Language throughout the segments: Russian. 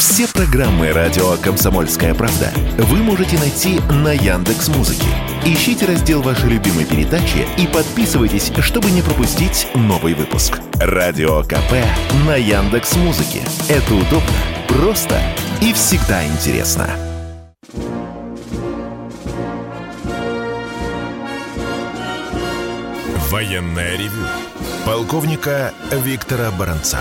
Все программы радио «Комсомольская правда» вы можете найти на Яндекс.Музыке. Ищите раздел вашей любимой передачи и подписывайтесь, чтобы не пропустить новый выпуск. Радио КП на Яндекс.Музыке. Это удобно, просто и всегда интересно. Военное ревю полковника Виктора Баранца.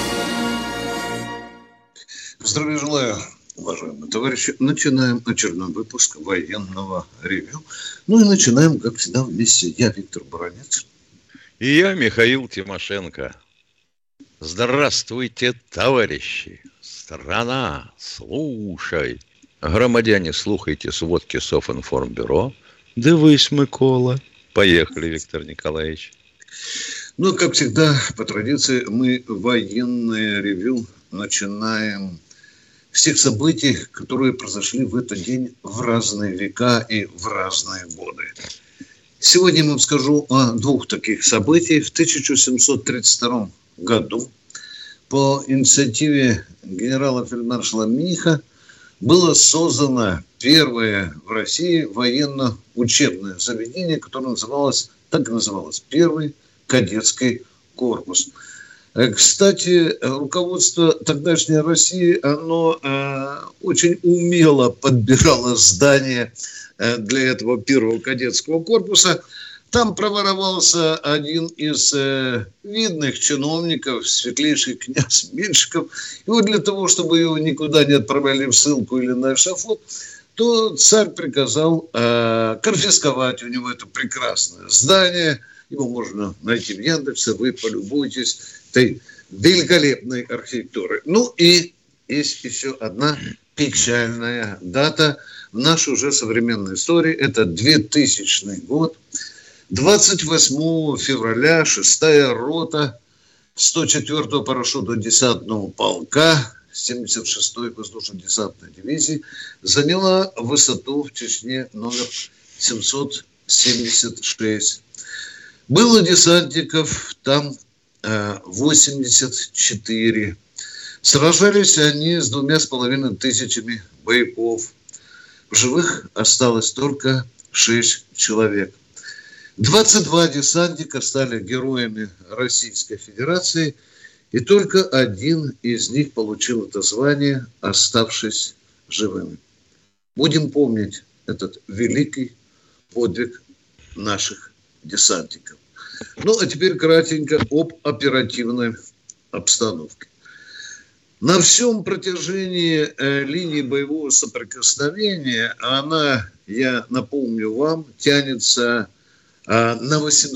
Здравия желаю, уважаемые товарищи. Начинаем очередной выпуск военного ревью. Ну и начинаем, как всегда, вместе. Я Виктор Баранец. И я Михаил Тимошенко. Здравствуйте, товарищи. Страна, слушай. Громадяне, слухайте сводки Софинформбюро. Дивись, Микола. Поехали, Виктор Николаевич. Ну, как всегда, по традиции, мы военное ревью начинаем с тех событий, которые произошли в этот день в разные века и в разные годы. Сегодня я вам скажу о двух таких событиях. В 1732 году по инициативе генерала-фельдмаршала Миниха было создано первое в России военно-учебное заведение, которое так и называлось Первый кадетский корпус. Кстати, руководство тогдашней России, оно очень умело подбирало здание для этого первого кадетского корпуса. Там проворовался один из видных чиновников, светлейший князь Меньшиков. И вот для того, чтобы его никуда не отправляли в ссылку или на эшафот, то царь приказал конфисковать у него это прекрасное здание. Его можно найти в Яндексе, вы полюбуйтесь этой великолепной архитектурой. Ну и есть еще одна печальная дата в нашей уже современной истории. Это 2000 год. 28 февраля 6-я рота 104-го парашютно-десантного полка 76-й воздушно-десантной дивизии заняла высоту в Чечне номер 776. Было десантников там 84. Сражались они с 2500 боевиков. В живых осталось только 6 человек. 22 десантника стали героями Российской Федерации, и только один из них получил это звание, оставшись живыми. Будем помнить этот великий подвиг наших десантников. Ну, а теперь кратенько об оперативной обстановке. На всем протяжении линии боевого соприкосновения она, я напомню вам, тянется на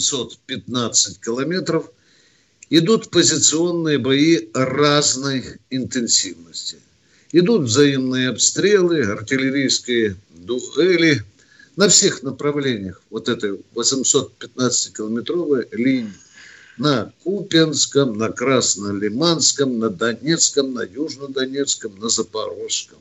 815 километров. Идут позиционные бои разной интенсивности. Идут взаимные обстрелы, артиллерийские дуэли на всех направлениях вот этой 815-километровой линии. На Купянском, на Краснолиманском, на Донецком, на Южнодонецком, на Запорожском.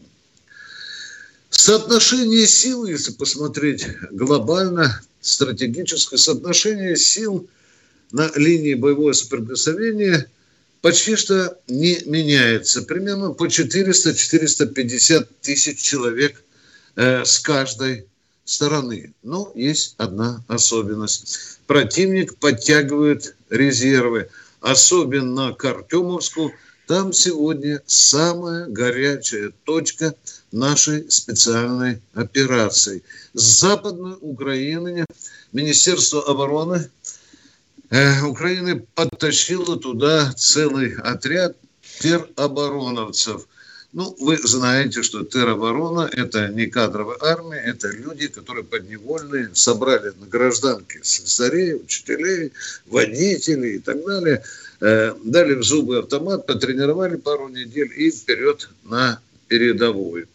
Соотношение сил, если посмотреть глобально, стратегическое соотношение сил на линии боевого соприкосновения почти что не меняется. Примерно по 400-450 тысяч человек с каждой стороны. Но есть одна особенность. Противник подтягивает резервы. Особенно к Артемовску. Там сегодня самая горячая точка нашей специальной операции. С Западной Украины Министерство обороны Украины подтащило туда целый отряд теробороновцев. Ну, вы знаете, что тероборона – это не кадровая армия, это люди, которые подневольные, собрали на гражданке слесарей, учителей, водителей и так далее, дали в зубы автомат, потренировали пару недель и вперед на передовую.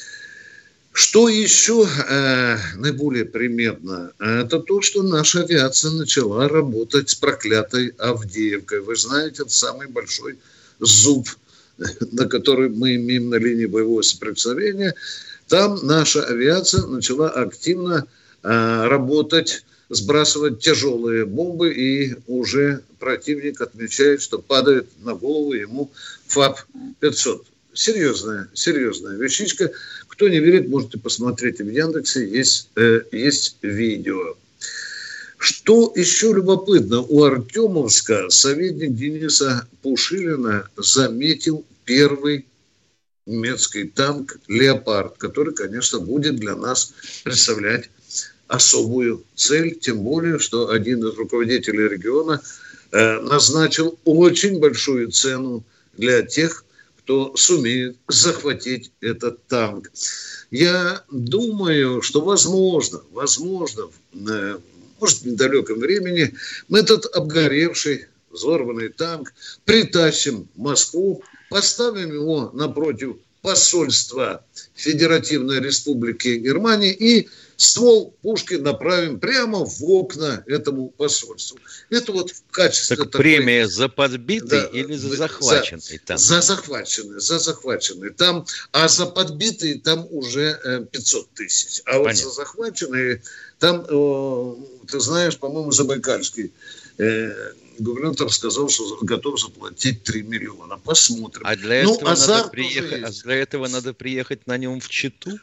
Что еще наиболее приметно, это то, что наша авиация начала работать с проклятой Авдеевкой. Вы знаете, это самый большой зуб, на который мы имеем на линии боевого соприкосновения. Там наша авиация начала активно работать, сбрасывать тяжелые бомбы, и уже противник отмечает, что падает на голову ему ФАП-500. серьезная вещичка. Кто не верит, можете посмотреть в Яндексе, есть видео. Что еще любопытно, у Артемовска советник Дениса Пушилина заметил первый немецкий танк «Леопард», который, конечно, будет для нас представлять особую цель, тем более, что один из руководителей региона назначил очень большую цену для тех, кто сумеет захватить этот танк. Я думаю, что возможно, может, в недалеком времени мы этот обгоревший, взорванный танк притащим в Москву, поставим его напротив посольства Федеративной Республики Германии и ствол пушки направим прямо в окна этому посольству. Это вот в качестве так такой... премия за подбитый или за захваченный танк? За захваченный. Там, а за подбитый там уже 500 тысяч. А вот за захваченные там, ты знаешь, по-моему, Забайкальский губернатор сказал, что готов заплатить 3 миллиона. Посмотрим. А для этого надо приехать на нем в Читу?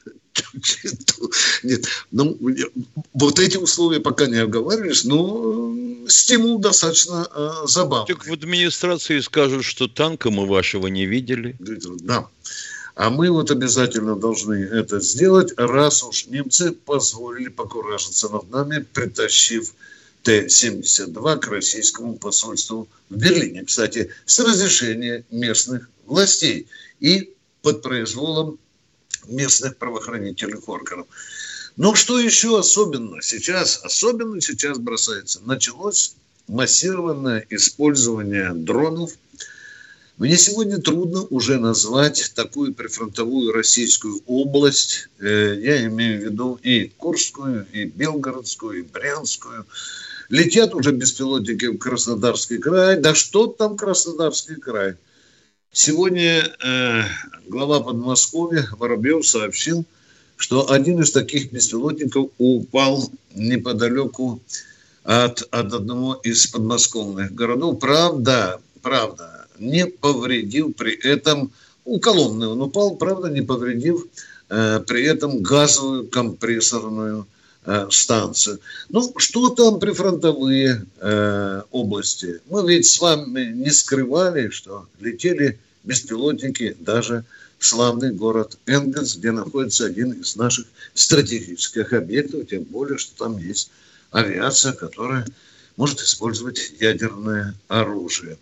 Нет, вот эти условия пока не оговаривались, но стимул достаточно забавный. Так в администрации скажут, что танка мы вашего не видели. Да. А мы вот обязательно должны это сделать, раз уж немцы позволили покуражиться над нами, притащив Т-72 к российскому посольству в Берлине. Кстати, с разрешения местных властей и под произволом местных правоохранительных органов. Но что еще особенно сейчас бросается? Началось массированное использование дронов. Мне сегодня трудно уже назвать такую прифронтовую российскую область. Я имею в виду и Курскую, и Белгородскую, и Брянскую. Летят уже беспилотники в Краснодарский край. Да что там Краснодарский край? Сегодня глава Подмосковья Воробьев сообщил, что один из таких беспилотников упал неподалеку от одного из подмосковных городов. Правда, не повредил при этом, у Коломны он упал, правда, не повредив при этом газовую компрессорную станцию. Ну, что там прифронтовые области? Мы ведь с вами не скрывали, что летели беспилотники даже в славный город Энгельс, где находится один из наших стратегических объектов, тем более, что там есть авиация, которая может использовать ядерное оружие.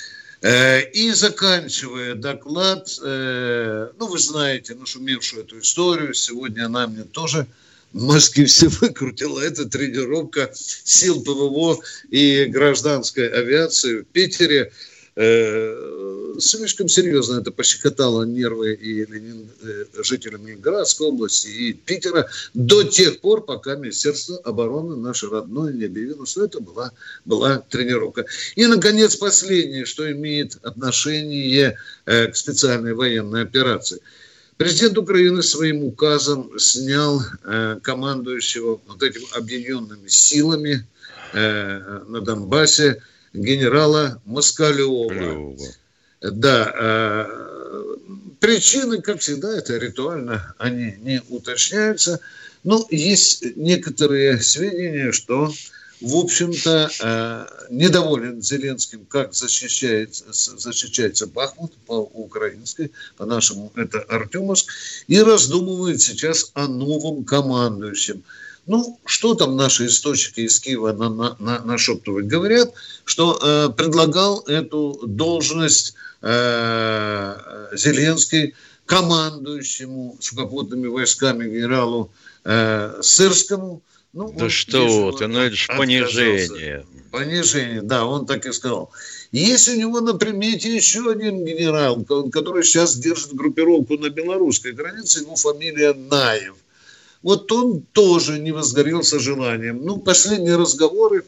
И заканчивая доклад, вы знаете нашумевшую эту историю, сегодня она мне тоже мозги все выкрутила. Это тренировка сил ПВО и гражданской авиации в Питере. Слишком серьезно это пощекотало нервы и жителям Ленинградской области, и Питера до тех пор, пока Министерство обороны наше родное не объявило, что это была тренировка. И, наконец, последнее, что имеет отношение к специальной военной операции. Президент Украины своим указом снял командующего вот этими объединенными силами на Донбассе генерала Москалева. Да, причины, как всегда, это ритуально, они не уточняются, но есть некоторые сведения, что, в общем-то, недоволен Зеленским, как защищается Бахмут по-украински, по-нашему это Артемовск, и раздумывает сейчас о новом командующем. Ну, что там наши источники из Киева нашептывают? Говорят, что предлагал эту должность Зеленский командующему сухопутными войсками генералу Сырскому. Ну, да что ты, это же понижение. Понижение, да, он так и сказал. Есть у него на примете еще один генерал, который сейчас держит группировку на белорусской границе, его фамилия Наев. Вот он тоже не возгорелся желанием. Ну, последние разговоры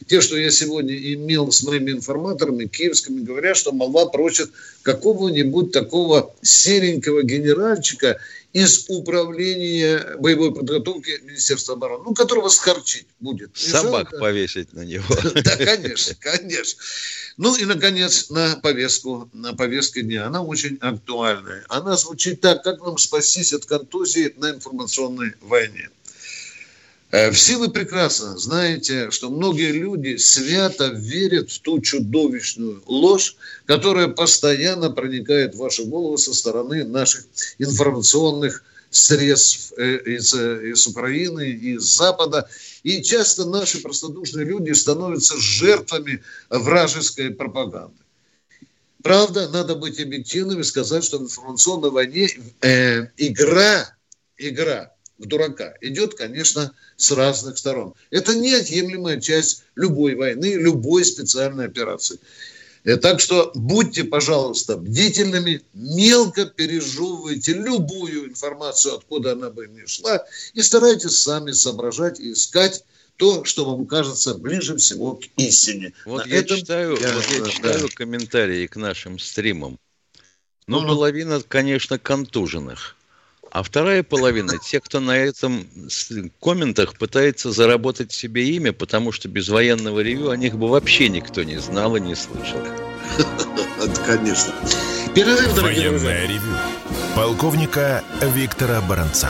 те, что я сегодня имел с моими информаторами киевскими, говорят, что молва просит какого-нибудь такого серенького генеральчика из управления боевой подготовки Министерства обороны, ну, которого схорчить будет. Собак повесить на него. Да, конечно, конечно. Ну и, наконец, на повестке дня. Она очень актуальная. Она звучит так: как нам спастись от контузии на информационной войне. Все вы прекрасно знаете, что многие люди свято верят в ту чудовищную ложь, которая постоянно проникает в вашу голову со стороны наших информационных средств из Украины, из Запада. И часто наши простодушные люди становятся жертвами вражеской пропаганды. Правда, надо быть объективным и сказать, что в информационной войне игра в дурака идет, конечно, с разных сторон. Это неотъемлемая часть любой войны, любой специальной операции. Так что будьте, пожалуйста, бдительными, мелко пережевывайте любую информацию, откуда она бы ни шла, и старайтесь сами соображать и искать то, что вам кажется ближе всего к истине. Вот я читаю комментарии к нашим стримам. Половина, конечно, контуженных. А вторая половина, те, кто на этом комментах пытается заработать себе имя, потому что без военного ревью о них бы вообще никто не знал и не слышал. Конечно. Военное ревью полковника Виктора Баранца.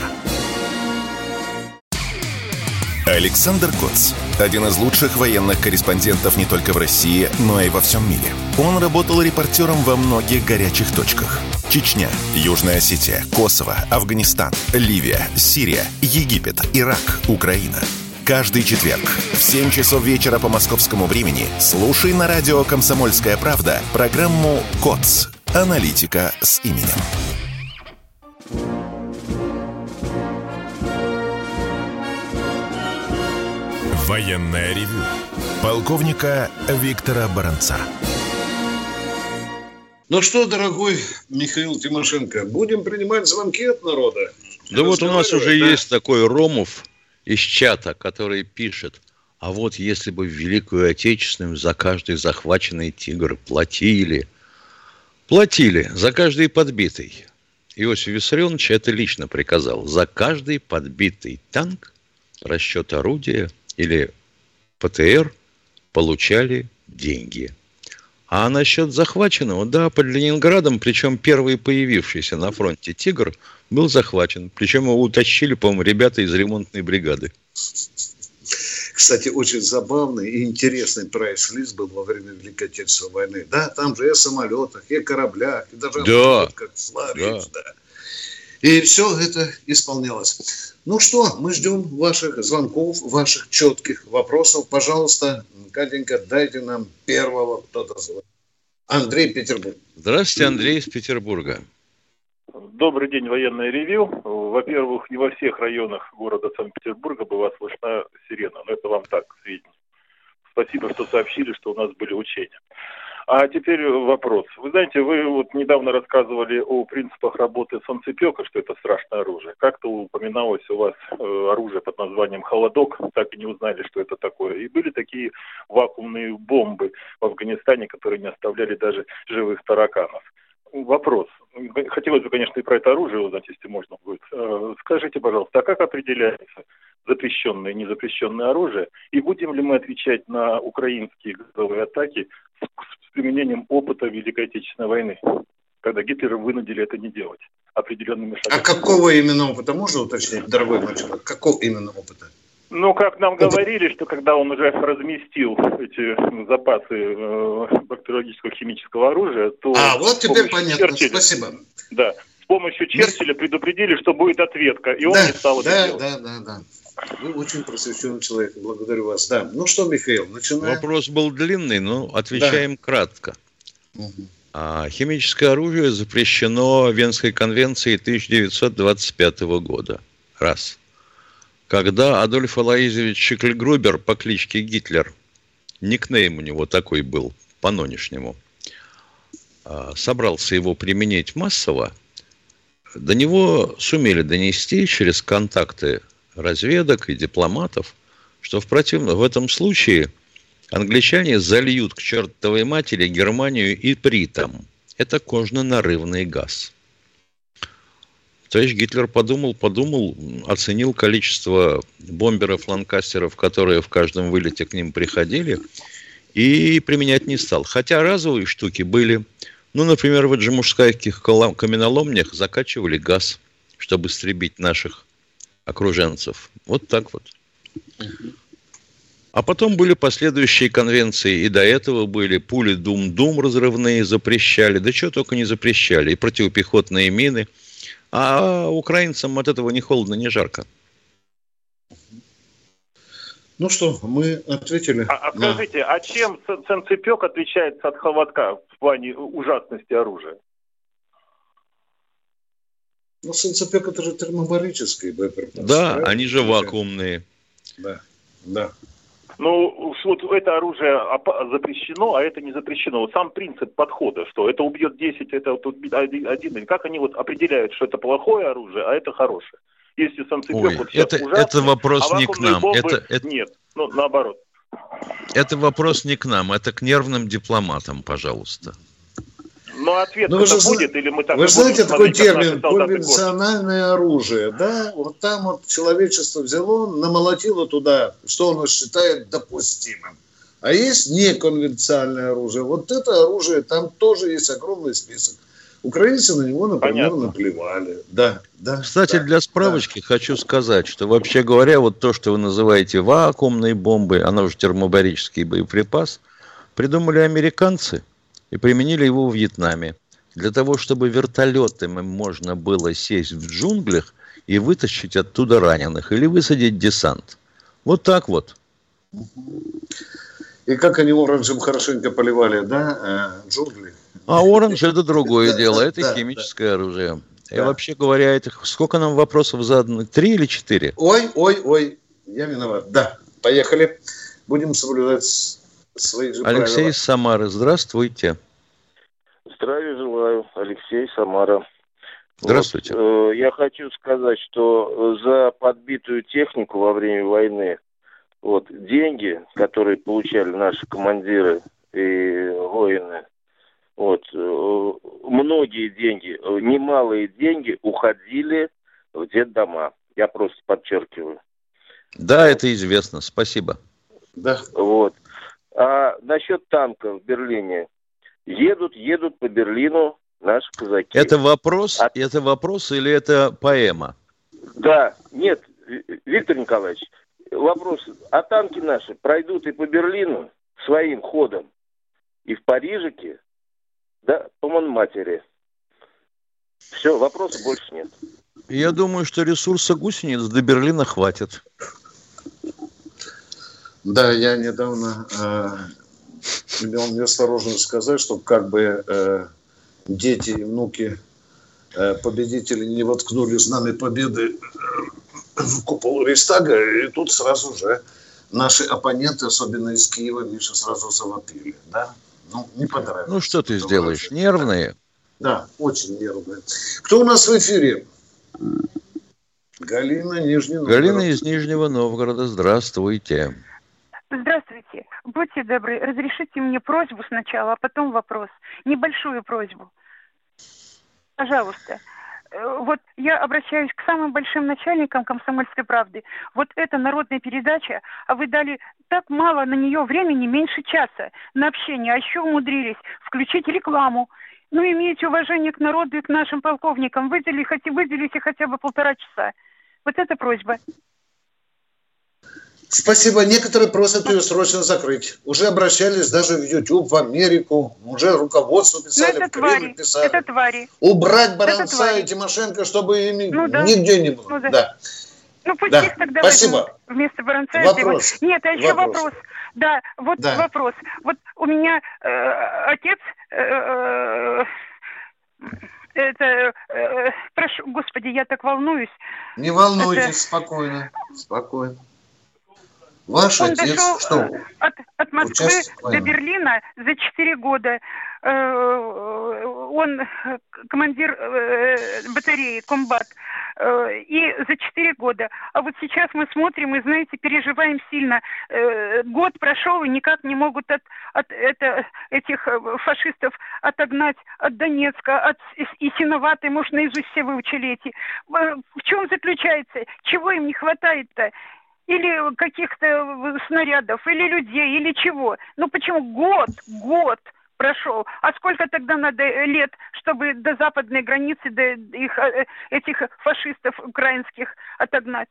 Александр Коц – один из лучших военных корреспондентов не только в России, но и во всем мире. Он работал репортером во многих горячих точках. Чечня, Южная Осетия, Косово, Афганистан, Ливия, Сирия, Египет, Ирак, Украина. Каждый четверг в 7 часов вечера по московскому времени слушай на радио «Комсомольская правда» программу «КОЦ. Аналитика с именем». Военное ревью полковника Виктора Баранца. Ну что, дорогой Михаил Тимошенко, будем принимать звонки от народа? Да вот у нас уже есть такой Ромов из чата, который пишет: а вот если бы в Великую Отечественную за каждый захваченный тигр платили за каждый подбитый. Иосиф Виссарионович это лично приказал: за каждый подбитый танк, расчет орудия или ПТР получали деньги. А насчет захваченного, да, под Ленинградом, причем первый появившийся на фронте «Тигр» был захвачен. Причем его утащили, по-моему, ребята из ремонтной бригады. Кстати, очень забавный и интересный прайс-лист был во время Великой Отечественной войны. Да, там же и о самолетах, и о кораблях, и даже о лодках. Да. И все это исполнялось. Ну что, мы ждем ваших звонков, ваших четких вопросов. Пожалуйста, Катенька, дайте нам первого, кто-то звонит. Андрей, Петербург. Здравствуйте, Андрей из Петербурга. Добрый день, военное ревью. Во-первых, не во всех районах города Санкт-Петербурга была слышна сирена. Но это вам так, сведения. Спасибо, что сообщили, что у нас были учения. А теперь вопрос. Вы знаете, вы вот недавно рассказывали о принципах работы солнцепека, что это страшное оружие. Как-то упоминалось у вас оружие под названием «Холодок», так и не узнали, что это такое. И были такие вакуумные бомбы в Афганистане, которые не оставляли даже живых тараканов. Вопрос. Хотелось бы, конечно, и про это оружие узнать, если можно будет. Скажите, пожалуйста, а как определяется запрещенное и незапрещенное оружие? И будем ли мы отвечать на украинские газовые атаки с применением опыта Великой Отечественной войны, когда Гитлера вынудили это не делать определенными шагами? А какого именно опыта? Можно уточнить, дорогой мой человек? Какого именно опыта? Ну, как нам говорили, что когда он уже разместил эти запасы бактериологического химического оружия, то... вот теперь понятно, спасибо. Да, с помощью Черчилля предупредили, что будет ответка, и он не стал это делать. Да. Вы очень просвещенный человек, благодарю вас. Да. Ну что, Михаил, начинаем. Вопрос был длинный, но отвечаем кратко. Химическое оружие запрещено Венской конвенцией 1925 года. Раз. Когда Адольф Алоизович Шикльгрубер по кличке Гитлер, никнейм у него такой был, по-нынешнему, собрался его применять массово, до него сумели донести через контакты разведок и дипломатов, что в этом случае Англичане зальют к чертовой матери Германию ипритом. Это кожно-нарывный газ. Товарищ Гитлер подумал, оценил количество бомберов-ланкастеров, которые в каждом вылете к ним приходили, и применять не стал. Хотя разовые штуки были. Ну, например, в аджимушкайских каменоломнях закачивали газ, чтобы истребить наших окруженцев. Вот так вот. А потом были последующие конвенции, и до этого были пули Дум-Дум разрывные запрещали, да что только не запрещали, и противопехотные мины. А украинцам от этого ни холодно, ни жарко. Ну что, мы ответили. Скажите, а чем санцепёк отличается от холодка в плане ужасности оружия? Ну, санцепёк это же термобарический боеприпас. Да, правильно? Они же вакуумные. Да. Ну, вот это оружие запрещено, а это не запрещено. Сам принцип подхода, что это убьет 10, это вот убьет один. Как они вот определяют, что это плохое оружие, а это хорошее? Если санцепёк вот сейчас ужасный, это вопрос не к нам. Нет, наоборот. Это вопрос не к нам, это к нервным дипломатам, пожалуйста. Но ответ будет, или мы так... Вы знаете такой термин «конвенциональное оружие», да? Вот там вот человечество взяло, намолотило туда, что оно считает допустимым. А есть неконвенциональное оружие. Вот это оружие, там тоже есть огромный список. Украинцы на него, например, наплевали. Да. Кстати, для справочки хочу сказать, что вообще говоря, вот то, что вы называете вакуумной бомбой, она уже термобарический боеприпас, придумали американцы и применили его в Вьетнаме. Для того, чтобы вертолетами можно было сесть в джунглях и вытащить оттуда раненых или высадить десант. Вот так вот. И как они оранжем хорошенько поливали, да, джунгли? А оранж это другое дело, это химическое оружие. И вообще говоря, сколько нам вопросов задано? 3 или 4? Ой, я виноват. Да, поехали. Будем соблюдать свои же правила. Алексей из Самары, здравствуйте. Здравия желаю, Алексей, Самара. Здравствуйте. Вот, я хочу сказать, что за подбитую технику во время войны, вот, деньги, которые получали наши командиры и воины, вот, многие деньги, немалые деньги уходили в детдома. Я просто подчеркиваю. Да, это известно. Спасибо. Да. Вот. А насчет танков в Берлине. Едут по Берлину наши казаки. Это вопрос или это поэма? Да, нет, Виктор Николаевич, вопрос. А танки наши пройдут и по Берлину своим ходом, и в Парижике, да, по Монматере. Все, вопросов больше нет. Я думаю, что ресурса гусениц до Берлина хватит. Да, я недавно имел неосторожность сказать, чтобы как бы дети и внуки победителей не воткнули знамя победы в купол Рейхстага, и тут сразу же наши оппоненты, особенно из Киева, Миша, сразу завопили, да? Ну, не понравилось. Ну, что ты сделаешь? Нервные? Да, очень нервные. Кто у нас в эфире? Галина, Нижний Новгород. Галина из Нижнего Новгорода, здравствуйте. Здравствуйте. Будьте добры, разрешите мне просьбу сначала, а потом вопрос. Небольшую просьбу. Пожалуйста. Вот я обращаюсь к самым большим начальникам «Комсомольской правды». Вот эта народная передача, а вы дали так мало на нее времени, меньше часа на общение, а еще умудрились включить рекламу. Ну, имейте уважение к народу и к нашим полковникам. Выделите хотя бы 1,5 часа. Вот это просьба. Спасибо. Некоторые просят ее срочно закрыть. Уже обращались даже в YouTube, в Америку. Уже руководству писали, в Кремль писали. Это твари. Убрать Баранца и Тимошенко, чтобы ими нигде не было. Да. Ну, пусть их тогда спасибо. Вместо Баранца. Вопрос. Нет, а еще вопрос. Да, вот вопрос. Вот у меня отец... прошу, Господи, я так волнуюсь. Не волнуйтесь, спокойно. Ваш он отец дошел что? От Москвы до Берлина за 4 года. Он командир батареи, комбат. и за 4 года. А вот сейчас мы смотрим и, знаете, переживаем сильно. Год прошел, и никак не могут этих фашистов отогнать от Донецка, и Синоваты, может, наизусть все выучили эти. В чем заключается? Чего им не хватает-то? Или каких-то снарядов, или людей, или чего? Ну почему год прошел? А сколько тогда надо лет, чтобы до западной границы, до этих фашистов украинских отогнать?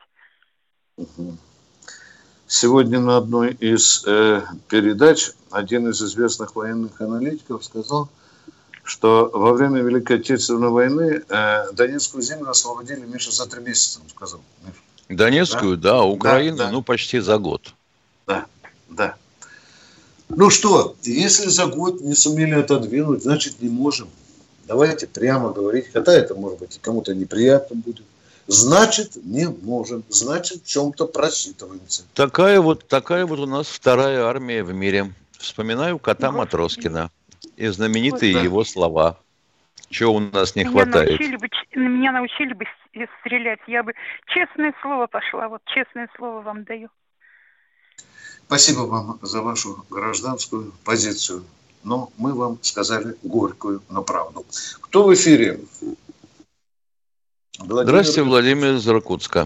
Сегодня на одной из передач один из известных военных аналитиков сказал, что во время Великой Отечественной войны Донецкую землю освободили, Миша, за 3 месяца, он сказал. Миша. Донецкую, да, Украину, да. Почти за год. Да. Ну что, если за год не сумели отодвинуть, значит не можем. Давайте прямо говорить, хотя это, может быть, кому-то неприятно будет. Значит, не можем. Значит, в чем-то просчитываемся. Такая вот у нас вторая армия в мире. Вспоминаю кота Матроскина и знаменитые его слова. Чего у нас не хватает? Меня научили бы стрелять. Я бы, честное слово, пошла. Вот честное слово вам даю. Спасибо вам за вашу гражданскую позицию. Но мы вам сказали горькую, но правду. Кто в эфире? Здравствуйте, Владимир из Иркутска.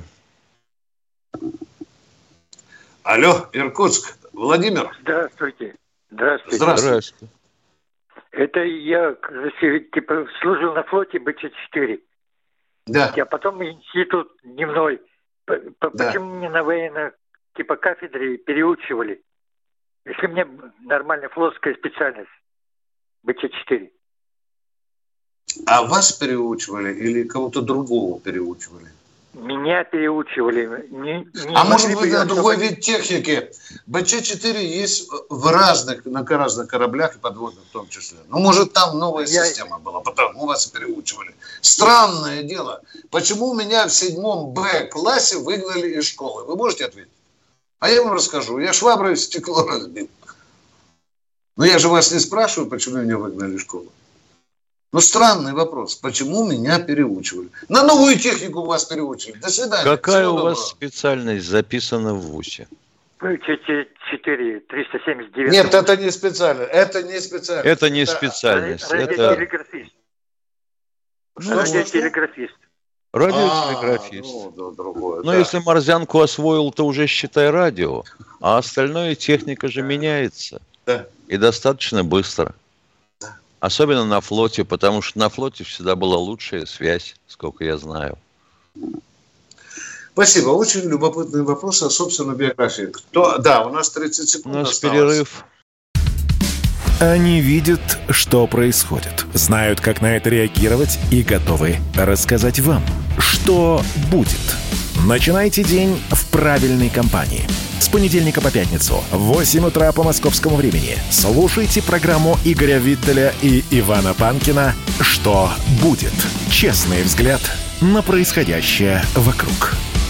Алло, Иркутск. Владимир. Здравствуйте. Здравствуйте. Это я служил на флоте БЧ-4. Да. А потом институт дневной. Почему меня на военной кафедре переучивали? Если мне нормальная флотская специальность БЧ-4. А вас переучивали или кого-то другого переучивали? Меня переучивали. Может быть, на другой вид техники? БЧ-4 есть на разных кораблях и подводных в том числе. Может, там новая система была, потому вас переучивали. Странное дело. Почему меня в 7 Б-классе выгнали из школы? Вы можете ответить? А я вам расскажу. Я шваброй стекло разбил. Но я же вас не спрашиваю, почему меня выгнали из школы. Странный вопрос. Почему меня переучивали? На новую технику вас переучили. До свидания. Какая у вас специальность записана в ВУЗе? БЧ-4, 379. Нет, это не специальность. Это не специальность. Радиотелеграфист. Радиотелеграфист. Радиотелеграфист. Другое. Но если морзянку освоил, то уже считай радио. А остальное техника же меняется. Да. И достаточно быстро. Особенно на флоте, потому что на флоте всегда была лучшая связь, сколько я знаю. Спасибо. Очень любопытный вопрос о собственной биографии. У нас 30 секунд. У нас перерыв. Они видят, что происходит, знают, как на это реагировать и готовы рассказать вам, что будет. Начинайте день в правильной компании. С понедельника по пятницу в 8 утра по московскому времени слушайте программу Игоря Виттеля и Ивана Панкина «Что будет?». Честный взгляд на происходящее вокруг.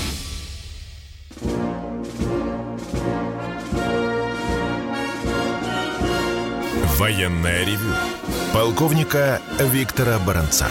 Военное ревю полковника Виктора Баранца.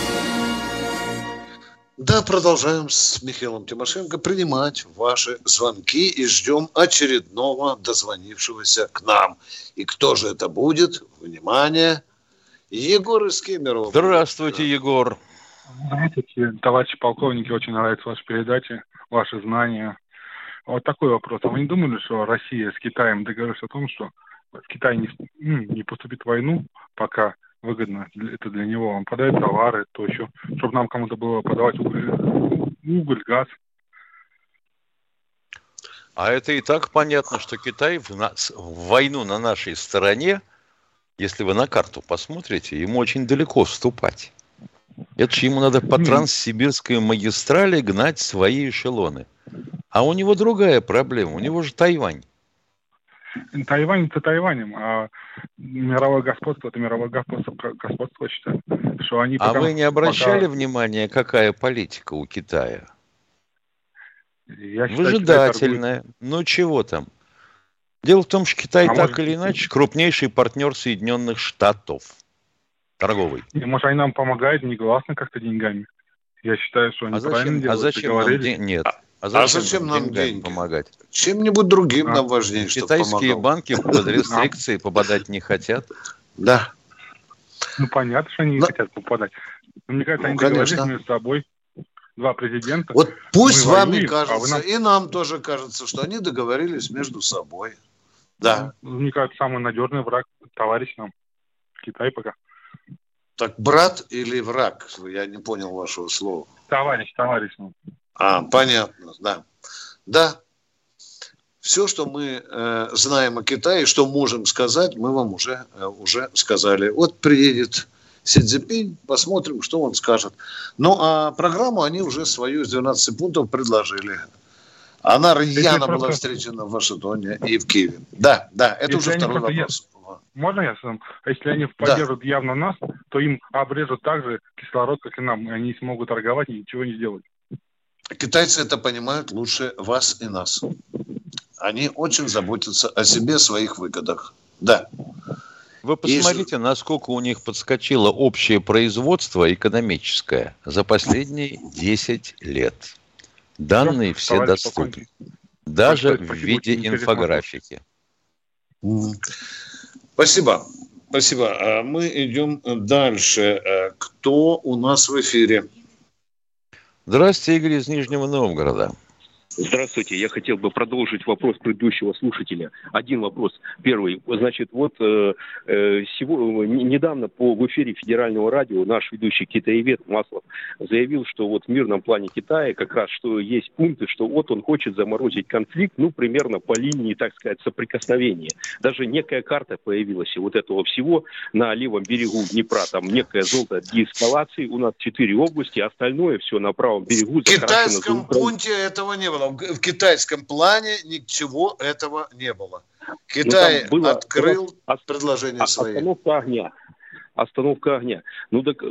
Да, продолжаем с Михаилом Тимошенко принимать ваши звонки и ждем очередного дозвонившегося к нам. И кто же это будет? Внимание! Егор из Кемерово. Здравствуйте, Егор. Здравствуйте, товарищи полковники, очень нравится ваша передача, ваши знания. Вот такой вопрос. А вы не думали, что Россия с Китаем договорилась о том, что Китай не поступит в войну, пока выгодно это для него, он подает товары, то еще, чтобы нам кому-то было подавать уголь, газ. А это и так понятно, что Китай в войну на нашей стороне, если вы на карту посмотрите, ему очень далеко вступать. Это же ему надо по транссибирской магистрали гнать свои эшелоны. А у него другая проблема, у него же Тайвань. Тайвань это Тайванем, а мировое господство это мировое господство, считаю. Что они вы не обращали внимания, какая политика у Китая? Я считаю, выжидательная. Ну чего там? Дело в том, что Китай или иначе крупнейший партнер Соединенных Штатов. Торговый. Может, они нам помогают негласно как-то деньгами? Я считаю, что они правильно делают. Зачем нам нет? Зачем нам деньги? Помогать? Чем-нибудь другим нам важнее, чтобы Китайские помогал. банки под рестрикции попадать не хотят. Да. Ну, понятно, что они не хотят попадать. Но мне кажется, они договорились между собой. Два президента. Вот пусть мы вами воюем, кажется, и нам тоже кажется, что они договорились между собой. Да. Мне кажется, самый надежный враг товарищ нам. Китай пока. Так брат или враг? Я не понял вашего слова. Товарищ. Понятно, да. Да. Все, что мы знаем о Китае, что можем сказать, мы вам уже сказали. Вот приедет Си Цзиньпинь, посмотрим, что он скажет. Ну, а программу они уже свою из 12 пунктов предложили. Она рьяно была встречена в Вашингтоне и в Киеве. Да, это уже второй вопрос. Можно я сам? Если они поддержат явно нас, то им обрежут так же кислород, как и нам. И они смогут торговать и ничего не сделать. Китайцы это понимают лучше вас и нас. Они очень заботятся о себе, своих выгодах. Да. Вы посмотрите, насколько у них подскочило общее производство экономическое за последние 10 лет. Данные все доступны. Даже в виде инфографики. Спасибо. Мы идем дальше. Кто у нас в эфире? Здравствуйте, Игорь из Нижнего Новгорода. Здравствуйте. Я хотел бы продолжить вопрос предыдущего слушателя. Один вопрос. Первый. Значит, вот недавно в эфире федерального радио наш ведущий китаевед Маслов заявил, что вот в мирном плане Китая как раз что есть пункты, что вот он хочет заморозить конфликт, примерно по линии, так сказать, соприкосновения. Даже некая карта появилась вот этого всего на левом берегу Днепра. Там некая зона деэскалации. У нас 4 области, остальное все на правом берегу. В китайском пункте этого не было. В китайском плане ничего этого не было. Китай открыл предложение свои. Остановка огня. Ну так и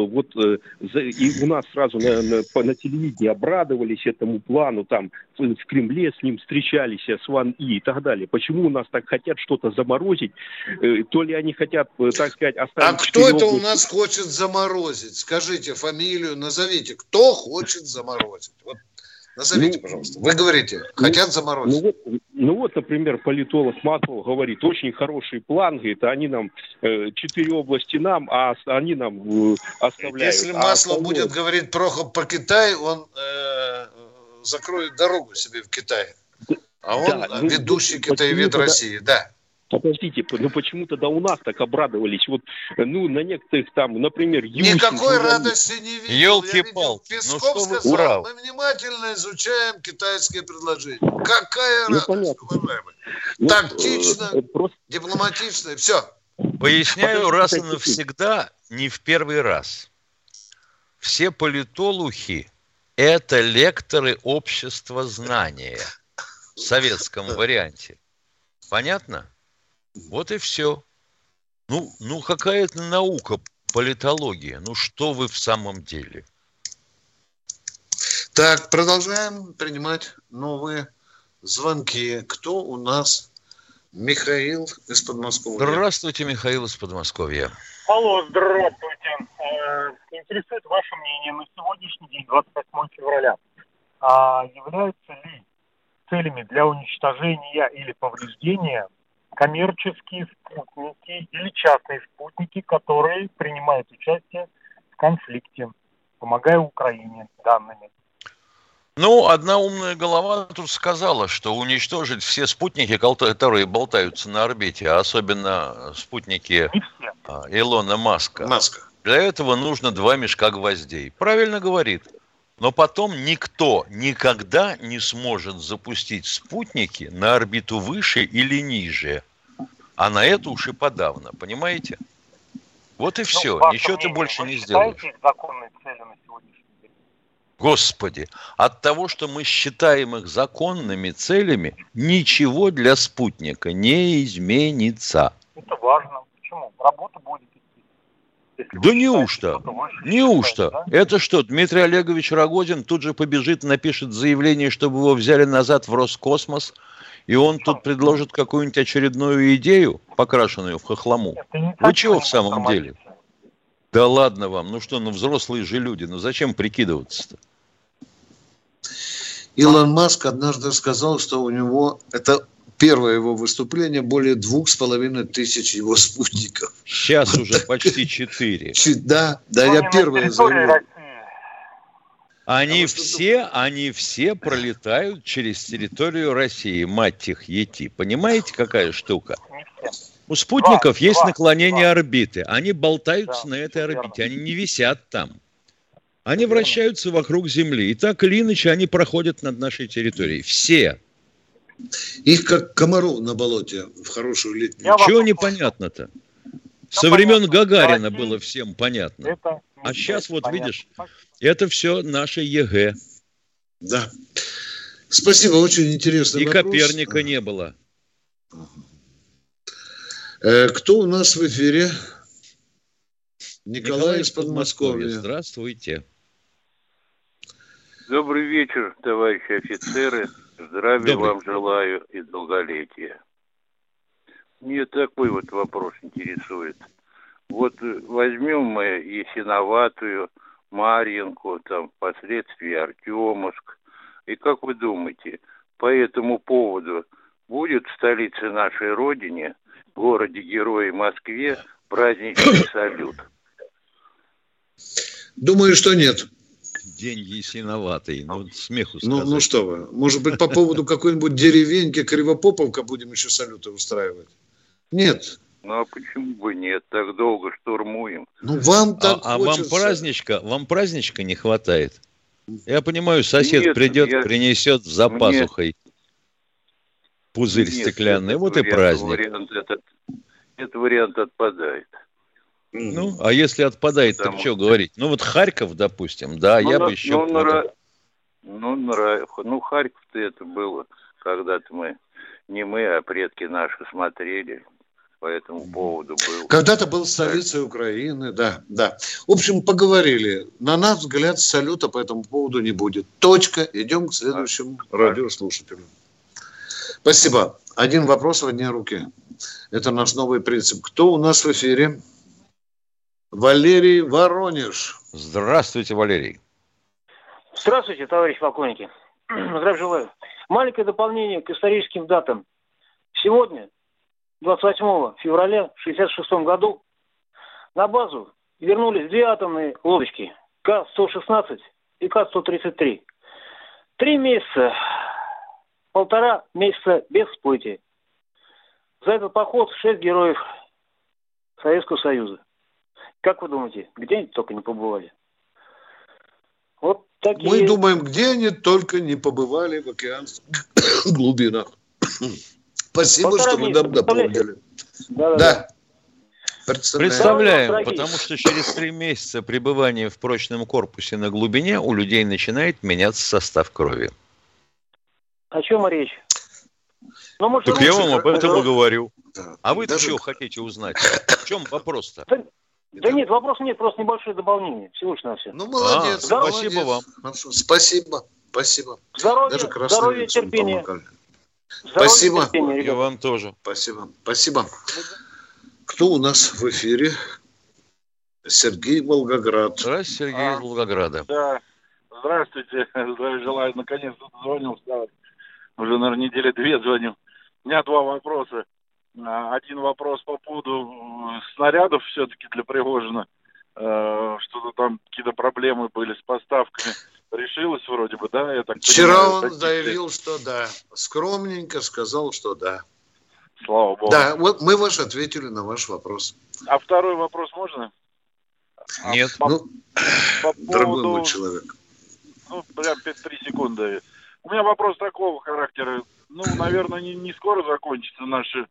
у нас сразу на телевидении обрадовались этому плану, там в Кремле с ним встречались, с Ван И и так далее. Почему у нас так хотят что-то заморозить? То ли они хотят, так сказать, оставить... А кто это у нас хочет заморозить? Скажите фамилию, назовите. Кто хочет заморозить? Вот. Назовите, пожалуйста. Вы говорите, хотят заморозить. Например, политолог Маслов говорит, очень хороший план, говорит, они нам 4 области нам, а они нам оставляют. Если Маслов будет говорить плохо по Китаю, он закроет дорогу себе в Китае. А он ведущий китаевед России, да. Подождите, почему тогда у нас так обрадовались? Вот, на некоторых там, например, никакой радости не видел. Ёлки-палки. Песков сказал, мы внимательно изучаем китайские предложения. Какая радость, уважаемый. Тактично, дипломатично, все. Поясняю раз и навсегда, не в первый раз. Все политологи – это лекторы общества знания в советском варианте. Понятно? Вот и все. Ну какая-то наука, политология. Ну что вы в самом деле? Так, продолжаем принимать новые звонки. Кто у нас? Михаил из Подмосковья. Здравствуйте, Михаил из Подмосковья. Алло, здравствуйте. Интересует ваше мнение на сегодняшний день, 28 февраля. Являются ли целями для уничтожения или повреждения коммерческие спутники или частные спутники, которые принимают участие в конфликте, помогая Украине данными? Одна умная голова тут сказала, что уничтожить все спутники, которые болтаются на орбите, а особенно спутники Илона Маска. Для этого нужно 2 мешка гвоздей. Правильно говорит. Но потом никто никогда не сможет запустить спутники на орбиту выше или ниже. А на это уж и подавно, понимаете? Вот и все. Ничего ты больше не сделаешь. Законные цели на сегодняшний день? Господи, от того, что мы считаем их законными целями, ничего для спутника не изменится. Это важно. Почему? Работа будет идти. Да неужто? Неужто? Да? Это что, Дмитрий Олегович Рогозин тут же побежит, напишет заявление, чтобы его взяли назад в Роскосмос, и он тут предложит какую-нибудь очередную идею, покрашенную в хохлому? Вы чего в самом деле? Да ладно вам, ну что, ну взрослые же люди, ну зачем прикидываться-то? Илон Маск однажды сказал, что у него, это первое его выступление, более 2500 его спутников. Сейчас вот уже почти 4. Да, я первое заявил. Они все пролетают через территорию России, мать их ети. Понимаете, какая штука? У спутников есть наклонение орбиты. Они болтаются на этой орбите, они не висят там. Они вращаются вокруг Земли. И так или иначе они проходят над нашей территорией. Все. Их как комаров на болоте в хорошую летнюю. Чего непонятно-то? Со времен Гагарина было всем понятно. А сейчас вот видишь, это все наше ЕГЭ. Да. Спасибо, очень интересный вопрос. И Коперника не было. Кто у нас в эфире? Николай из Подмосковья. Здравствуйте. Добрый вечер, товарищи офицеры. Здравия вам желаю и долголетия. Мне такой вот вопрос интересует. Вот возьмем мы Ясиноватую, Марьинку, там впоследствии Артемовск. И как вы думаете, по этому поводу будет в столице нашей Родины, в городе-герое Москве, праздничный салют? Думаю, что нет. День Ясиноватой. Ну, смеху сказать. Ну что вы, может быть, по поводу какой-нибудь деревеньки Кривопоповка будем еще салюты устраивать? Нет. Ну, а почему бы нет? Так долго штурмуем. Ну, вам так хочется. Вам праздничка не хватает? Я понимаю, сосед придет, принесет за пазухой пузырь стеклянный. Вот и праздник. Этот вариант отпадает. Ну, а если отпадает, то что говорить? Ну, вот Харьков, допустим, да, я бы еще... Ну, Харьков-то это было, когда-то не мы, а предки наши смотрели. По этому поводу был. Когда-то был столицей Украины, да. В общем, поговорили. На наш взгляд, салюта по этому поводу не будет. Точка. Идем к следующему радиослушателю. Спасибо. Один вопрос в одни руки. Это наш новый принцип. Кто у нас в эфире? Валерий, Воронеж. Здравствуйте, Валерий. Здравствуйте, товарищи полковники. Здравия желаю. Маленькое дополнение к историческим датам. Сегодня, 28 февраля 1966 году, на базу вернулись 2 атомные лодочки К-116 и К-133. 3 месяца, 1,5 месяца без всплытия. За этот поход 6 героев Советского Союза. Как вы думаете, где они только не побывали? Вот такие... Мы думаем, где они только не побывали в океанских глубинах. Спасибо, что вы нам напомнили. Да. Представляем, потому что через 3 месяца пребывания в прочном корпусе на глубине у людей начинает меняться состав крови. О чем речь? Так я вам об этом и говорю. А вы-то чего хотите узнать? В чем вопрос-то? Да нет, вопроса нет, просто небольшое дополнение. Всего лишь на все. Ну, молодец. Спасибо вам. Спасибо. Здоровья, терпения. Спасибо. И вам тоже. Спасибо. Кто у нас в эфире? Сергей, Волгоград. Здравствуйте, Сергей из Волгограда. Да. Здравствуйте. Здравия желаю. Наконец-то дозвонился. Уже, наверное, недели 2 звоню. У меня 2 вопроса. Один вопрос по поводу снарядов все-таки для Пригожина. Что-то там какие-то проблемы были с поставками. Решилось вроде бы, да? Я так Вчера понимаю, он заявил, что да. Скромненько сказал, что да. Слава богу. Да, вот мы ответили на ваш вопрос. А второй вопрос можно? Нет. Дорогой мой человек. Прям 3 секунды. У меня вопрос такого характера. Наверное, не скоро закончатся наши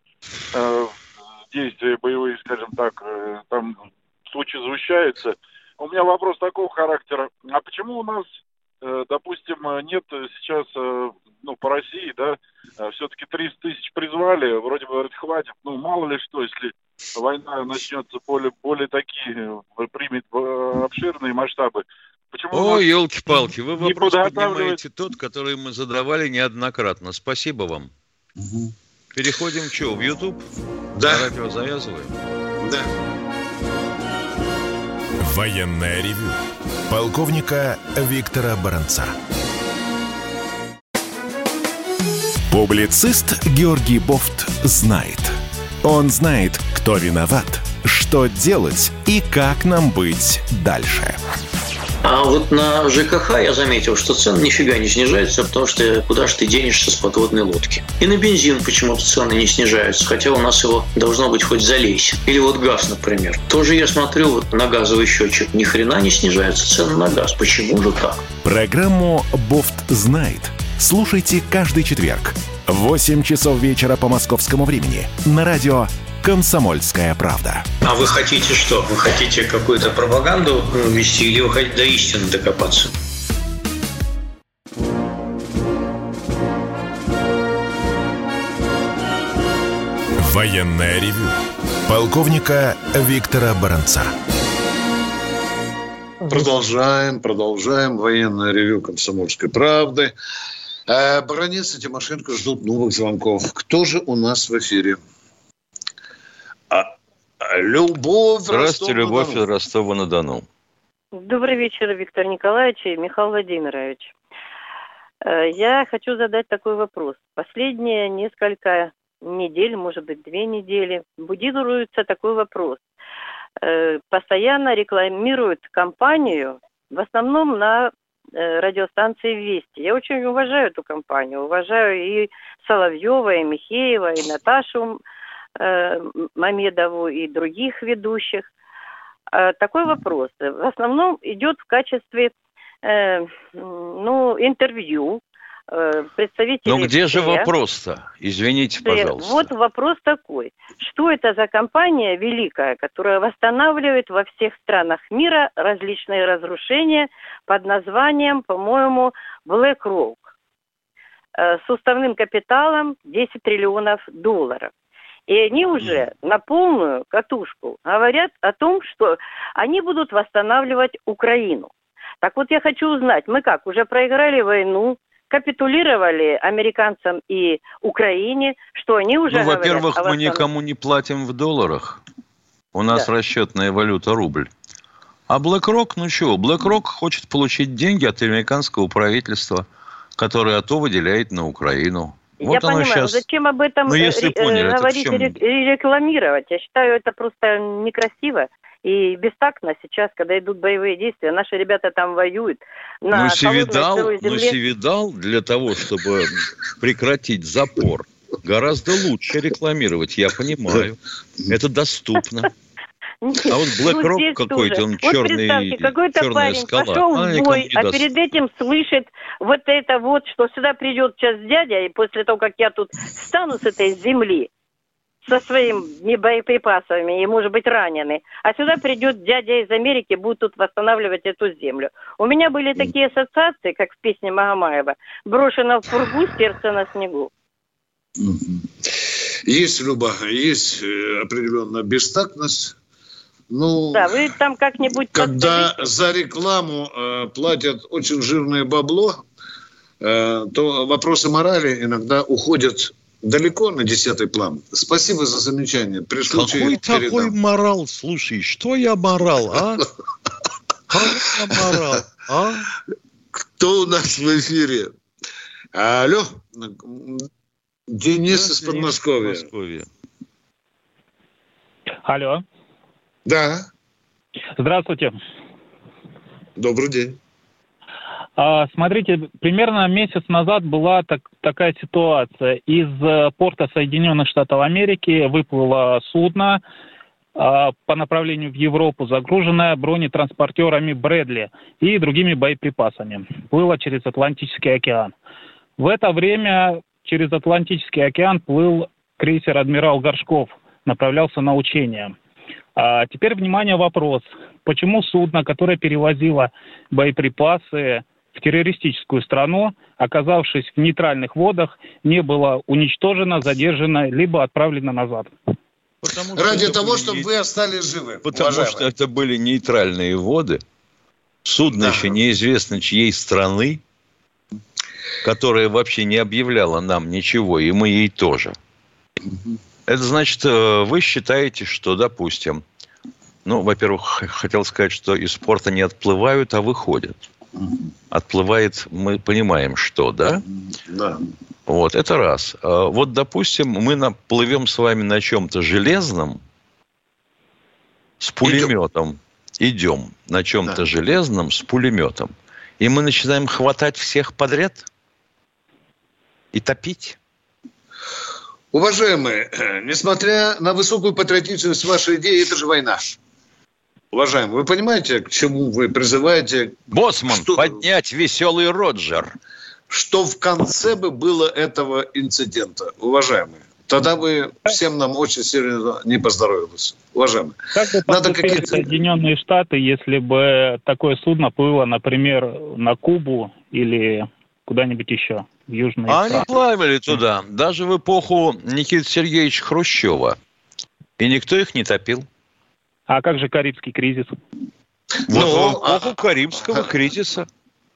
действия боевые, скажем так. Там случаи сгущаются. У меня вопрос такого характера. А почему у нас, допустим, нет сейчас, по России, да, все-таки 30 тысяч призвали, вроде бы, говорят, хватит. Мало ли что, если война начнется более такие, примет обширные масштабы. О, елки-палки, вы вопрос поднимаете тот, который мы задавали неоднократно. Спасибо вам. Угу. Переходим в YouTube? Да. На радио завязываем? Да. Военное ревю полковника Виктора Баранца. Публицист Георгий Бофт знает. Он знает, кто виноват, что делать и как нам быть дальше. А вот на ЖКХ я заметил, что цены нифига не снижаются, потому что куда же ты денешься с подводной лодки. И на бензин почему-то цены не снижаются, хотя у нас его должно быть хоть залейся. Или вот газ, например. Тоже я смотрю вот на газовый счетчик, ни хрена не снижаются цены на газ. Почему же так? Программу «Бофт знает» слушайте каждый четверг в 8 часов вечера по московскому времени на радио «Комсомольская правда». А вы хотите что? Вы хотите какую-то пропаганду вести или вы хотите до истины докопаться? Военное ревю полковника Виктора Баранца. Продолжаем военное ревю «Комсомольской правды». Баранец и Тимошенко ждут новых звонков. Кто же у нас в эфире? Любовь. Здравствуйте, Любовь из Ростова-на-Дону. Добрый вечер, Виктор Николаевич и Михаил Владимирович. Я хочу задать такой вопрос. Последние несколько недель, может быть, 2 недели, будируется такой вопрос. Постоянно рекламируют компанию, в основном на радиостанции «Вести». Я очень уважаю эту компанию. Уважаю и Соловьева, и Михеева, и Наташу Мамедову, и других ведущих. Такой вопрос. В основном идет в качестве интервью представителей... Ну где же вопрос-то? Извините, пожалуйста. Вот вопрос такой. Что это за компания великая, которая восстанавливает во всех странах мира различные разрушения под названием, по-моему, BlackRock, с уставным капиталом $10 триллионов. И они уже на полную катушку говорят о том, что они будут восстанавливать Украину. Так вот я хочу узнать, мы как, уже проиграли войну, капитулировали американцам и Украине, что они уже говорят... Во-первых, мы никому не платим в долларах. У нас расчетная валюта рубль. А BlackRock, BlackRock хочет получить деньги от американского правительства, которое АТО выделяет на Украину. Вот я понимаю, сейчас... зачем об этом говорить и рекламировать? Я считаю, это просто некрасиво и бестактно сейчас, когда идут боевые действия. Наши ребята там воюют. Но Севидал для того, чтобы прекратить запор, гораздо лучше рекламировать, я понимаю. Это доступно. А вот BlackRock какой-то, он черный, представьте, какой-то парень скала. Пошел в бой, а перед этим слышит вот это вот, что сюда придет сейчас дядя, и после того, как я тут встану с этой земли, со своими боеприпасами, и, может быть, раненый, а сюда придет дядя из Америки, будет тут восстанавливать эту землю. У меня были такие ассоциации, как в песне Магомаева, «Брошено в пургу, сердце на снегу». Есть, Люба, есть определенная бестактность. Ну, да, вы там как-нибудь... Когда за рекламу платят очень жирное бабло, то вопросы морали иногда уходят далеко на 10-й план. Спасибо за замечание. Какой такой морал? Слушай, что я морал, а? Как я морал, а? Кто у нас в эфире? Алло, Денис из Подмосковья. Алло. Да. Здравствуйте. Добрый день. Смотрите, примерно месяц назад была такая ситуация. Из порта Соединенных Штатов Америки выплыло судно по направлению в Европу, загруженное бронетранспортерами «Брэдли» и другими боеприпасами. Плыло через Атлантический океан. В это время через Атлантический океан плыл крейсер «Адмирал Горшков», направлялся на учения. А теперь, внимание, вопрос. Почему судно, которое перевозило боеприпасы в террористическую страну, оказавшись в нейтральных водах, не было уничтожено, задержано, либо отправлено назад? Ради того, чтобы вы остались живы. Потому что это были нейтральные воды. Судно еще неизвестно чьей страны, которая вообще не объявляла нам ничего, и мы ей тоже. Это значит, вы считаете, что, допустим, Ну, во-первых, хотел сказать, что из порта не отплывают, а выходят. Отплывает, мы понимаем, что, да? Да. Вот, это раз. Вот, допустим, мы плывем с вами на чем-то железном, с пулеметом. Идем на чем-то железном с пулеметом. И мы начинаем хватать всех подряд и топить. Уважаемые, несмотря на высокую патриотичность вашей идеи, это же война. Уважаемые, вы понимаете, к чему вы призываете? Боцман, поднять веселый Роджер. Что в конце бы было этого инцидента, уважаемые? Тогда бы всем нам очень сильно не поздоровилось. Уважаемые. Как бы поступили Соединенные Штаты, если бы такое судно плыло, например, на Кубу или куда-нибудь еще, в Южные Штаты? Они плавали туда, даже в эпоху Никиты Сергеевича Хрущева. И никто их не топил. А как же Карибский кризис? Вот в эпоху Карибского кризиса.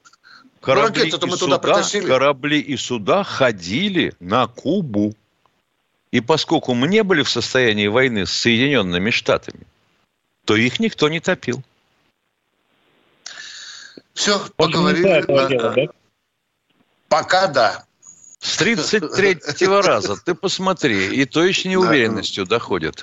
Корабли и суда ходили на Кубу. И поскольку мы не были в состоянии войны с Соединенными Штатами, то их никто не топил. Все, поговорили. Да? Пока да. С 33-го раза, ты посмотри, и то еще неуверенностью доходит.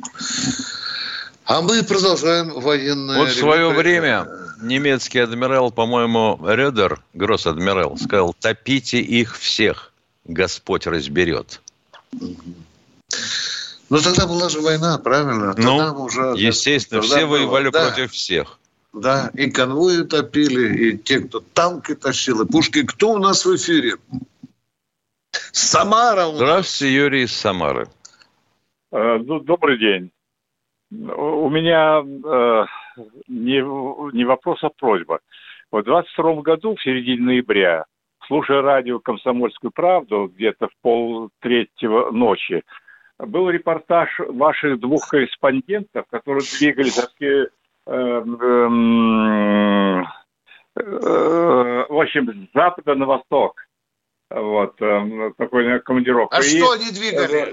А мы продолжаем военное... Вот в свое время немецкий адмирал, по-моему, Рёдер, гросс-адмирал, сказал: топите их всех, Господь разберет. Ну, тогда была же война, правильно? Тогда уже, естественно, все воевали против всех. Да, и конвои топили, и те, кто танки тащил, и пушки. Кто у нас в эфире? Самара. Здравствуйте, Юрий из Самары. Добрый день. У меня не вопрос, а просьба. В 22 году, в середине ноября, слушая радио «Комсомольскую правду», где-то в 2:30 ночи, был репортаж ваших двух корреспондентов, которые двигались в общем, с запада на восток. Вот, такой командировка. А что они двигали?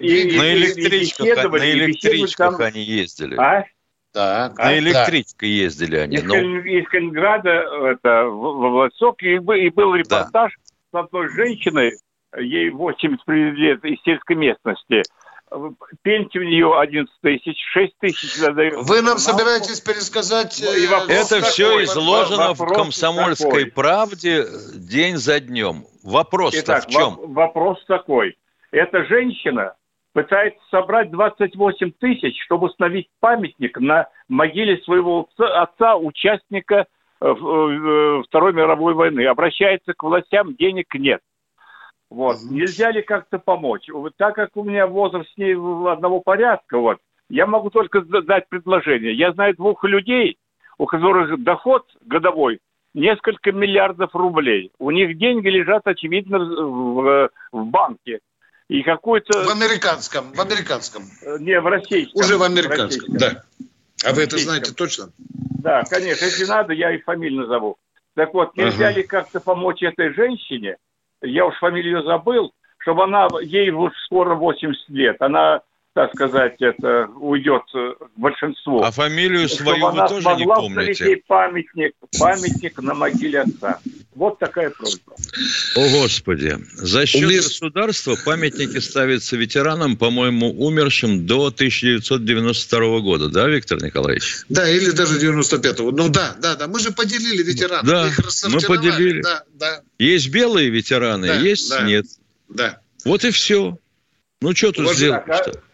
На электричках они ездили. На электричке ездили они. Из Калининграда в Владивосток, и был репортаж с одной женщиной, ей 80 лет, из сельской местности. Пенсия у нее 11 тысяч, 6 тысяч. Вы нам собираетесь пересказать... Это все изложено в «Комсомольской правде» день за днем. Вопрос-то в чем? Вопрос такой. Эта женщина пытается собрать 28 тысяч, чтобы установить памятник на могиле своего отца, участника Второй мировой войны. Обращается к властям, денег нет. Вот. Нельзя ли как-то помочь? Вот, так как у меня возраст с ней одного порядка, вот, я могу только дать предложение. Я знаю двух людей, у которых доход годовой несколько миллиардов рублей. У них деньги лежат, очевидно, в банке. И какой-то... В американском. Не, в российском. Уже в американском, да. А вы это знаете точно? Да, конечно. Если надо, я и фамилию назову. Так вот, нельзя ли как-то помочь этой женщине? Я уж фамилию забыл, чтобы ей скоро 80 лет, она, так сказать, уйдет к большинству. А фамилию свою вы тоже не помните? Ей памятник на могиле отца. Вот такая просьба. О, Господи. За счет государства памятники ставятся ветеранам, по-моему, умершим до 1992 года, да, Виктор Николаевич? Да, или даже 95-го. Ну да. Мы же поделили ветеранов. Да, мы поделили. Да. Есть белые ветераны, есть нет. Да. Вот и все. Ну, что тут сделать?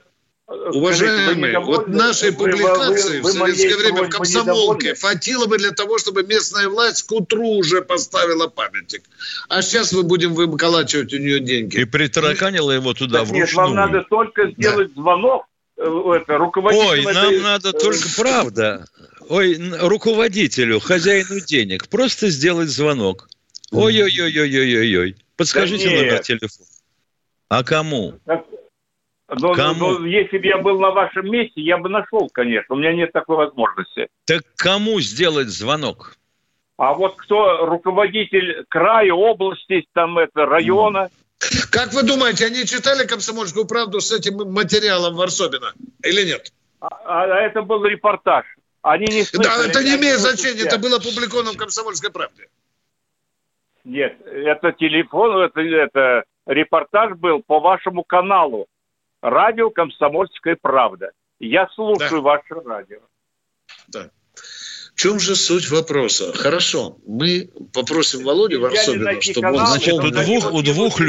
Уважаемые, вот наши публикации в советское время в «Комсомолке» хватило бы для того, чтобы местная власть к утру уже поставила памятник. А сейчас мы будем выколачивать у нее деньги. И притараканила его туда вручную. Нет, вам надо только сделать звонок руководителю. Нам надо только, правда, руководителю, хозяину денег, просто сделать звонок. Ой-ой-ой-ой-ой-ой. Подскажите номер телефона. А кому? Но если бы я был на вашем месте, я бы нашел, конечно. У меня нет такой возможности. Так кому сделать звонок? А вот кто руководитель края, области, района? Как вы думаете, они читали «Комсомольскую правду» с этим материалом Варсобина или нет? А это был репортаж. Они не слышали. Да, это не имеет значения. Себя. Это было опубликовано в «Комсомольской правде». Нет, это телефон, это репортаж был по вашему каналу. Радио «Комсомольская правда». Я слушаю ваше радио. Да. В чем же суть вопроса? Хорошо, мы попросим Володю Варсобина, чтобы он... Значит, у двух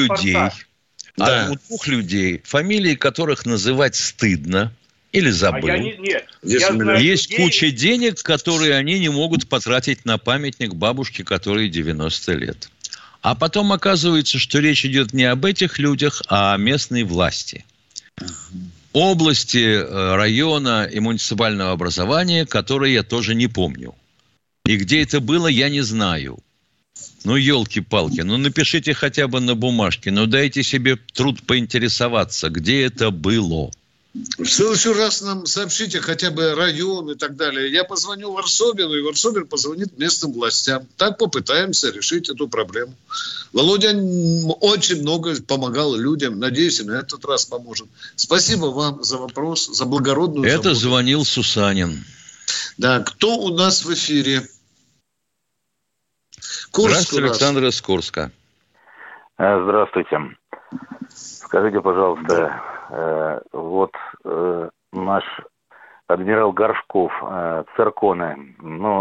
людей, фамилии которых называть стыдно или забыл, есть куча денег, которые они не могут потратить на памятник бабушке, которой 90 лет. А потом оказывается, что речь идет не об этих людях, а о местной власти. Области, района и муниципального образования, которые я тоже не помню. И где это было, я не знаю. Ну, елки-палки, ну напишите хотя бы на бумажке, ну дайте себе труд поинтересоваться, где это было. В следующий раз нам сообщите хотя бы район и так далее. Я позвоню Варсобину, и Варсобин позвонит местным властям. Так попытаемся решить эту проблему. Володя очень много помогал людям. Надеюсь, и на этот раз поможет. Спасибо вам за вопрос, за благородную заботу. Это звонил Сусанин. Да, кто у нас в эфире? Здравствуйте, Александр из Курска. Здравствуйте. Скажите, пожалуйста, вот наш адмирал Горшков, цирконы,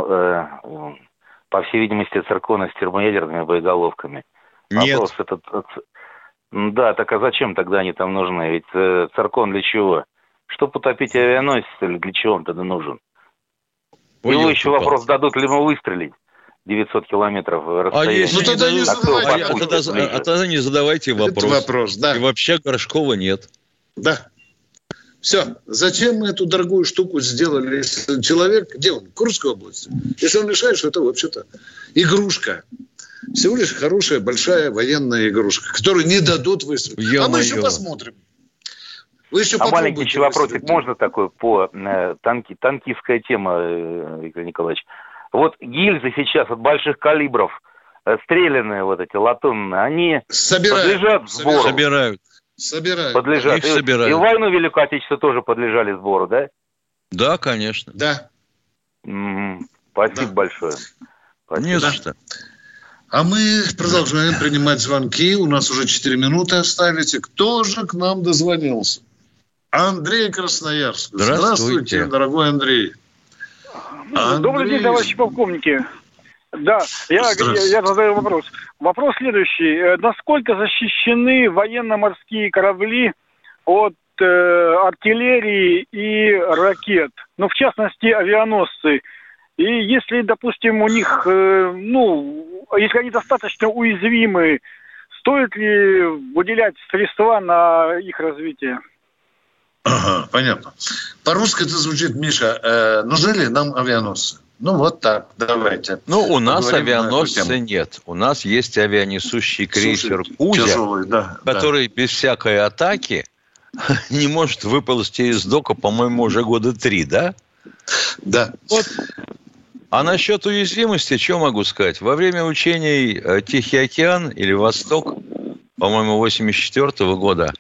по всей видимости, цирконы с термоядерными боеголовками. Нет. Вопрос этот... Да, так а зачем тогда они там нужны? Ведь циркон для чего? Чтобы утопить авианосец или для чего он тогда нужен? И еще вопрос, дадут ли мы выстрелить 900 километров расстояние. Тогда не задавайте вопрос. Да. И вообще Горшкова нет. Да. Все. Зачем мы эту дорогую штуку сделали? Если человек, где он? В Курской области. Если он решает, что это, вообще-то, игрушка. Всего лишь хорошая, большая военная игрушка, которую не дадут выстрелить. А мы еще посмотрим. Вы еще маленький еще вопросик можно такой по танкистская тема, Виктор Николаевич. Вот гильзы сейчас от больших калибров, стрелянные вот эти латунные, они подлежат сбору? Собирают. Подлежат. И в войну Великую Отечественную тоже подлежали сбору, да? Да, конечно. Да. Спасибо большое. Спасибо. Не за что. А мы продолжаем принимать звонки. У нас уже 4 минуты остались. И кто же к нам дозвонился? Андрей Красноярск. Здравствуйте, дорогой Андрей. Добрый день, товарищи полковники. Да, я задаю вопрос. Вопрос следующий. Насколько защищены военно-морские корабли от артиллерии и ракет? Ну, в частности, авианосцы. И если, допустим, у них, если они достаточно уязвимы, стоит ли выделять средства на их развитие? Ага, понятно. По-русски это звучит, Миша, нужны ли нам авианосцы? Ну, вот так, давайте. Ну, у нас авианосца нет. У нас есть авианесущий крейсер «Кузя», тяжелый, который без всякой атаки не может выползти из дока, по-моему, уже года 3, да? Да. Вот. А насчет уязвимости, что могу сказать? Во время учений «Тихий океан» или «Восток», по-моему, 1984 года,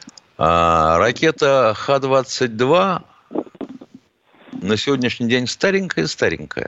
ракета Х-22 на сегодняшний день старенькая.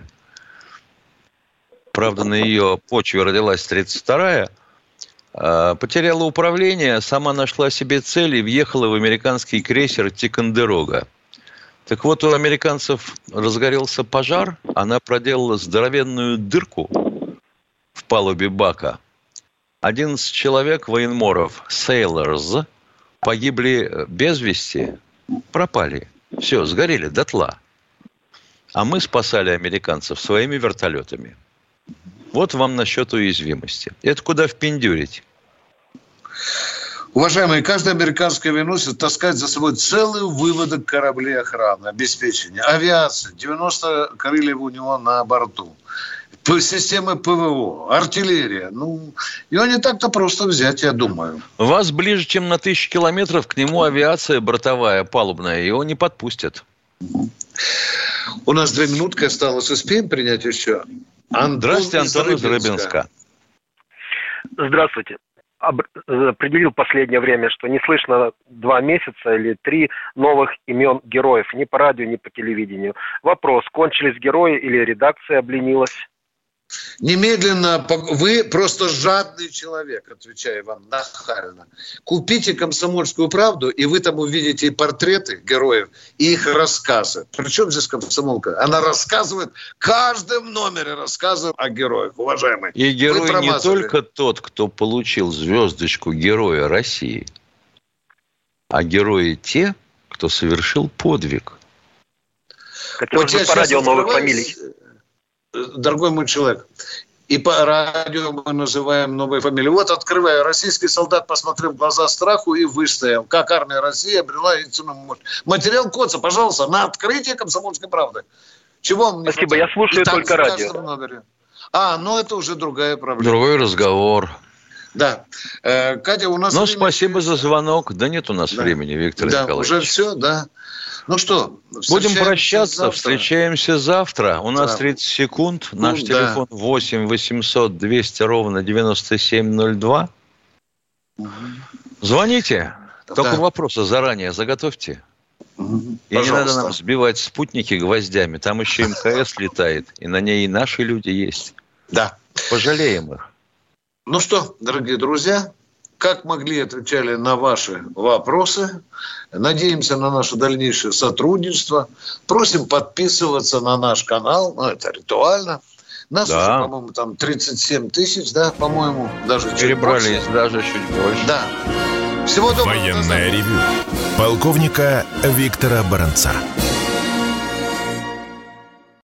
Правда, на ее почве родилась 32-я. Потеряла управление, сама нашла себе цель и въехала в американский крейсер «Тикондерога». Так вот, у американцев разгорелся пожар, она проделала здоровенную дырку в палубе бака. 11 человек, военморов, sailors, погибли без вести, пропали. Все, сгорели дотла. А мы спасали американцев своими вертолетами. Вот вам насчет уязвимости. Это куда впендюрить? Уважаемые, каждый американский авианосец таскает за собой целый выводок кораблей охраны, обеспечения, авиации, 90 крыльев у него на борту, системы ПВО, артиллерия. Его не так-то просто взять, я думаю. Вас ближе, чем на 1000 километров, к нему авиация бортовая, палубная, его не подпустят. У нас 2 минутки осталось, успеем принять еще? Здравствуйте, Антон из Рыбинска. Здравствуйте. определил в последнее время, что не слышно 2 месяца или 3 новых имен героев ни по радио, ни по телевидению. Вопрос, кончились герои или редакция обленилась? Немедленно, вы просто жадный человек, отвечаю вам нахально. Купите «Комсомольскую правду», и вы там увидите портреты героев и их рассказы. Причем здесь комсомолка? Она рассказывает, в каждом номере рассказывает о героях, уважаемые. И герой не только тот, кто получил звездочку Героя России, а герои те, кто совершил подвиг. Который вот по радио новых фамилий. Дорогой мой человек, и по радио мы называем новые фамилии. Вот, открывая, российский солдат посмотрел в глаза страху и выстоял. Как армия России обрела истинную мощь. Материал Коца, пожалуйста, на открытие «Комсомольской правды». Чего вам не Спасибо, хватает? я слушаю только радио. Ну это уже другая проблема. Другой разговор. Да. Катя, у нас... Ну, спасибо за звонок. Да нет у нас времени, Виктор Николаевич. Да, уже все, да. Ну что, будем прощаться, завтра. Встречаемся завтра. У нас 30 секунд. Наш телефон 8 800 200 ровно 9702. Звоните. Только вопросы заранее заготовьте. И не надо нам сбивать спутники гвоздями. Там еще МКС летает, и на ней и наши люди есть. Да. Пожалеем их. Ну что, дорогие друзья, как могли, отвечали на ваши вопросы. Надеемся на наше дальнейшее сотрудничество. Просим подписываться на наш канал. Ну, это ритуально. Нас уже, по-моему, там 37 тысяч, да, по-моему, даже перебрались, даже чуть больше. Да. Всего доброго. Военное ревю полковника Виктора Баранца.